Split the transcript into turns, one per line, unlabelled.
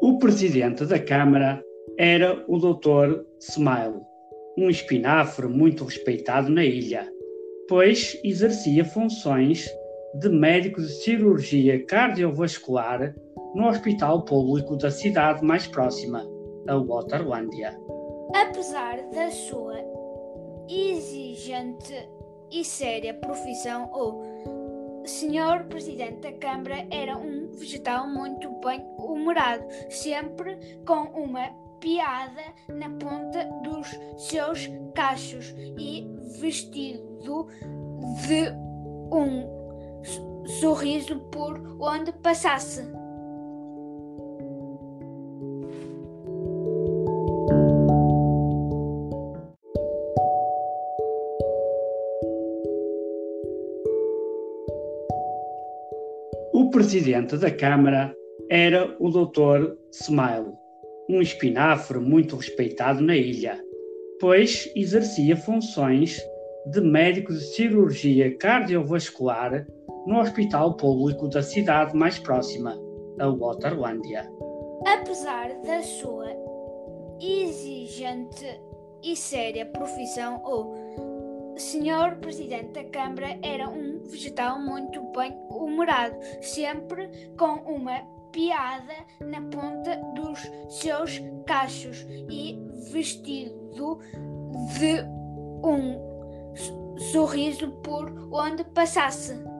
O presidente da Câmara era o Dr. Smile, um espinafre muito respeitado na ilha, pois exercia funções de médico de cirurgia cardiovascular no hospital público da cidade mais próxima, a Waterlândia.
Apesar da sua exigente e séria profissão, o Sr. Presidente da Câmara era um vegetal muito bem-humorado, sempre com uma piada na ponta dos seus cachos e vestido de um sorriso por onde passasse.
O presidente da Câmara era o Dr. Smile, um espinafre muito respeitado na ilha, pois exercia funções de médico de cirurgia cardiovascular no hospital público da cidade mais próxima, a Waterlândia.
Apesar da sua exigente e séria profissão, o Sr. Presidente da Câmara era um vegetal muito bem-humorado, sempre com uma piada na ponta dos seus cachos e vestido de um sorriso por onde passasse.